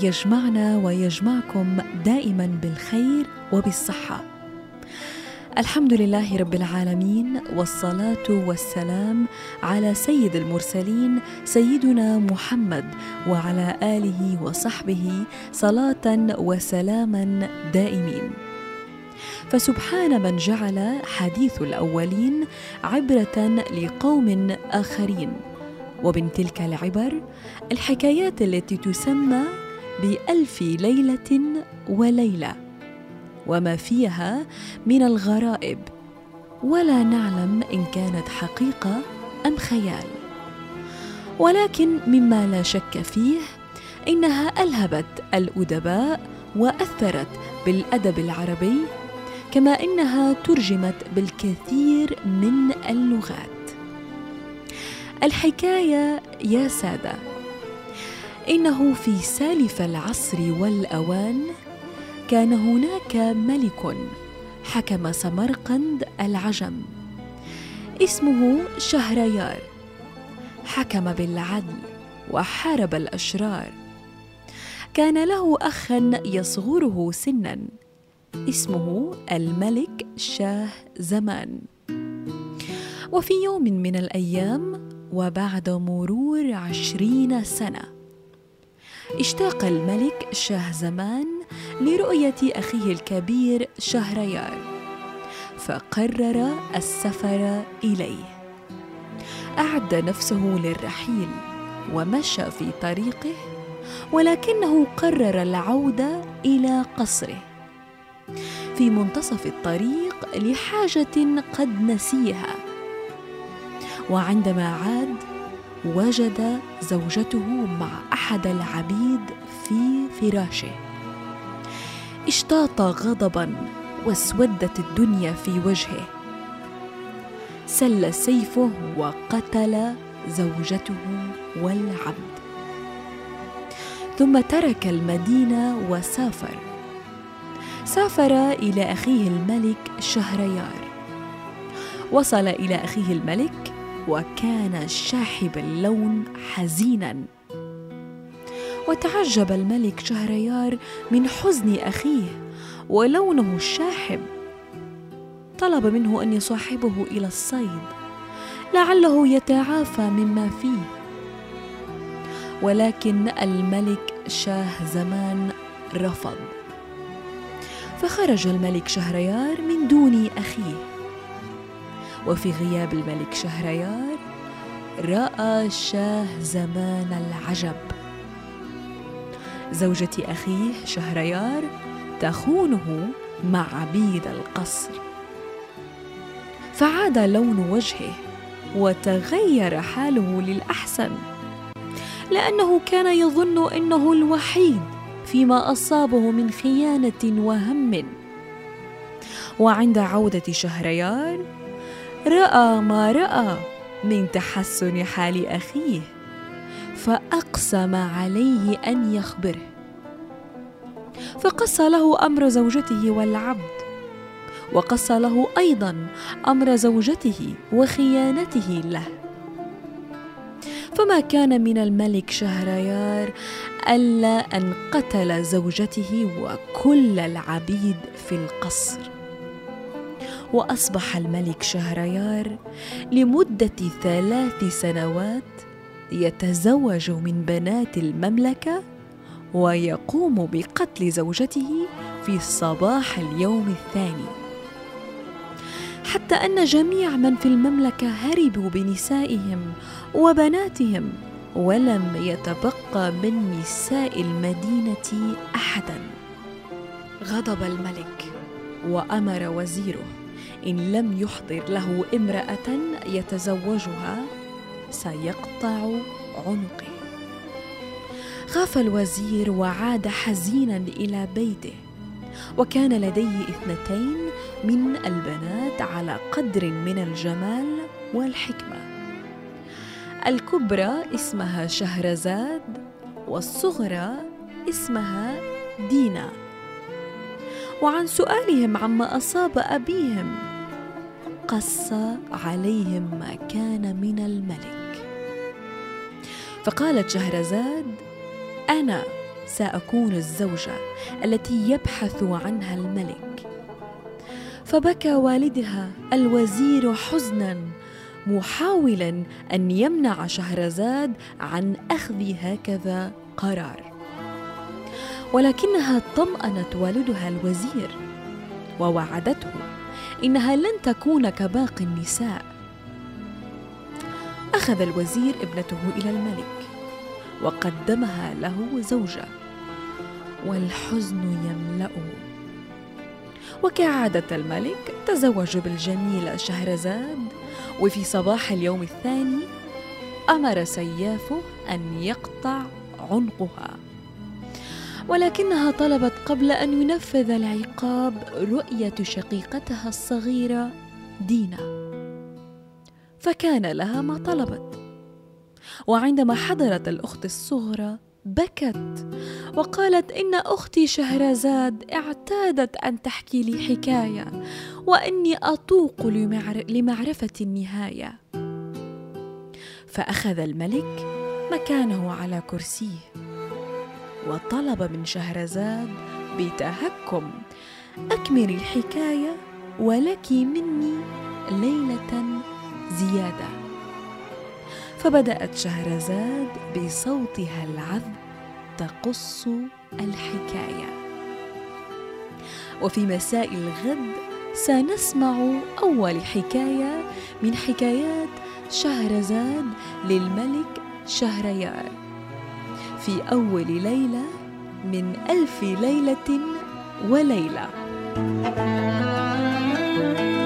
يجمعنا ويجمعكم دائما بالخير وبالصحة. الحمد لله رب العالمين، والصلاة والسلام على سيد المرسلين سيدنا محمد وعلى آله وصحبه صلاة وسلاما دائمين. فسبحان من جعل حديث الأولين عبرة لقوم آخرين، ومن تلك العبر الحكايات التي تسمى بألف ليلة وليلة، وما فيها من الغرائب ولا نعلم إن كانت حقيقة أم خيال، ولكن مما لا شك فيه إنها ألهبت الأدباء وأثرت بالأدب العربي، كما إنها ترجمت بالكثير من اللغات. الحكاية يا سادة، إنه في سالف العصر والأوان كان هناك ملك حكم سمرقند العجم اسمه شهريار، حكم بالعدل وحارب الأشرار. كان له أخا يصغره سنا اسمه الملك شاه زمان. وفي يوم من الأيام وبعد مرور 20 سنة اشتاق الملك شاه زمان لرؤية أخيه الكبير شهريار، فقرر السفر إليه. أعد نفسه للرحيل ومشى في طريقه، ولكنه قرر العودة إلى قصره في منتصف الطريق لحاجة قد نسيها. وعندما عاد وجد زوجته مع أحد العبيد في فراشه. اشتاط غضبا واسودت الدنيا في وجهه، سل سيفه وقتل زوجته والعبد، ثم ترك المدينة وسافر إلى أخيه الملك شهريار. وصل إلى أخيه الملك وكان شاحب اللون حزينا، وتعجب الملك شهريار من حزن أخيه ولونه الشاحب. طلب منه أن يصاحبه إلى الصيد لعله يتعافى مما فيه، ولكن الملك شاه زمان رفض. فخرج الملك شهريار من دون أخيه، وفي غياب الملك شهريار رأى شاه زمان العجب، زوجة أخيه شهريار تخونه مع عبيد القصر. فعاد لون وجهه وتغير حاله للأحسن، لأنه كان يظن أنه الوحيد فيما أصابه من خيانة وهم. وعند عودة شهريار رأى ما رأى من تحسن حال أخيه، فأقسم عليه أن يخبره، فقص له أمر زوجته والعبد، وقص له أيضا أمر زوجته وخيانته له. فما كان من الملك شهريار ألا أن قتل زوجته وكل العبيد في القصر. وأصبح الملك شهريار لمدة 3 سنوات يتزوج من بنات المملكة ويقوم بقتل زوجته في صباح اليوم الثاني، حتى أن جميع من في المملكة هربوا بنسائهم وبناتهم، ولم يتبقى من نساء المدينة أحدا. غضب الملك وأمر وزيره إن لم يحضر له امرأة يتزوجها سيقطع عنقه. خاف الوزير وعاد حزينا إلى بيته، وكان لديه 2 من البنات على قدر من الجمال والحكمة. الكبرى اسمها شهرزاد، والصغرى اسمها دينا. وعن سؤالهم عما أصاب أبيهم قص عليهم ما كان من الملك. فقالت شهرزاد: أنا سأكون الزوجة التي يبحث عنها الملك. فبكى والدها الوزير حزناً، محاولاً أن يمنع شهرزاد عن أخذ هكذا قرار، ولكنها طمأنت والدها الوزير ووعدته إنها لن تكون كباقي النساء. أخذ الوزير ابنته إلى الملك وقدمها له زوجة، والحزن يملأه. وكعادة الملك تزوج بالجميلة شهرزاد، وفي صباح اليوم الثاني أمر سيافه أن يقطع عنقها، ولكنها طلبت قبل أن ينفذ العقاب رؤية شقيقتها الصغيرة دينا، فكان لها ما طلبت. وعندما حضرت الأخت الصغرى بكت وقالت: إن أختي شهرزاد اعتادت أن تحكي لي حكاية، وإني أتوق لمعرفة النهاية. فأخذ الملك مكانه على كرسيه وطلب من شهرزاد بتهكم: أكملي الحكاية ولك مني ليلة زيادة. فبدأت شهرزاد بصوتها العذب تقص الحكاية. وفي مساء الغد سنسمع أول حكاية من حكايات شهرزاد للملك شهريار في أول ليلة من 1000 ليلة وليلة.